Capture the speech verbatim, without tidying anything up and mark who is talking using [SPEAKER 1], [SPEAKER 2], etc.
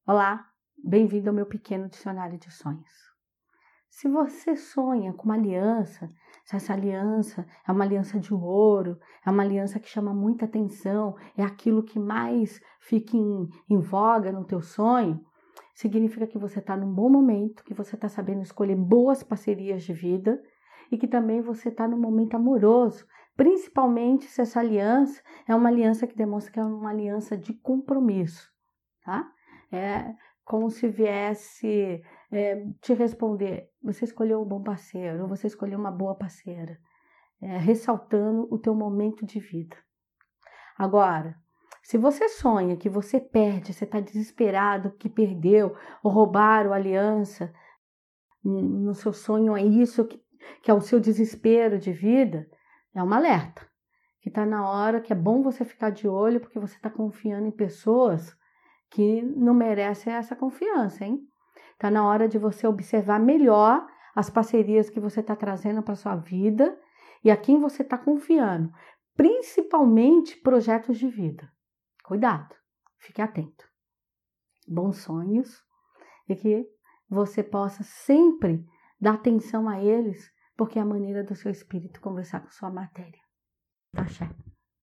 [SPEAKER 1] Olá, bem-vindo ao meu pequeno dicionário de sonhos. Se você sonha com uma aliança, se essa aliança é uma aliança de ouro, é uma aliança que chama muita atenção, é aquilo que mais fica em, em voga no teu sonho, significa que você está num bom momento, que você está sabendo escolher boas parcerias de vida e que também você está num momento amoroso, principalmente se essa aliança é uma aliança que demonstra que é uma aliança de compromisso, tá? É como se viesse é, te responder, você escolheu um bom parceiro, ou você escolheu uma boa parceira, é, ressaltando o teu momento de vida. Agora, se você sonha que você perde, você está desesperado que perdeu, ou roubaram a aliança, no seu sonho é isso que, que é o seu desespero de vida, é um alerta, que está na hora, que é bom você ficar de olho, porque você está confiando em pessoas que não merecem essa confiança, hein? Tá na hora de você observar melhor as parcerias que você está trazendo para sua vida e a quem você está confiando, principalmente projetos de vida. Cuidado, fique atento. Bons sonhos e que você possa sempre dar atenção a eles, porque é a maneira do seu espírito conversar com sua matéria. Tá certo?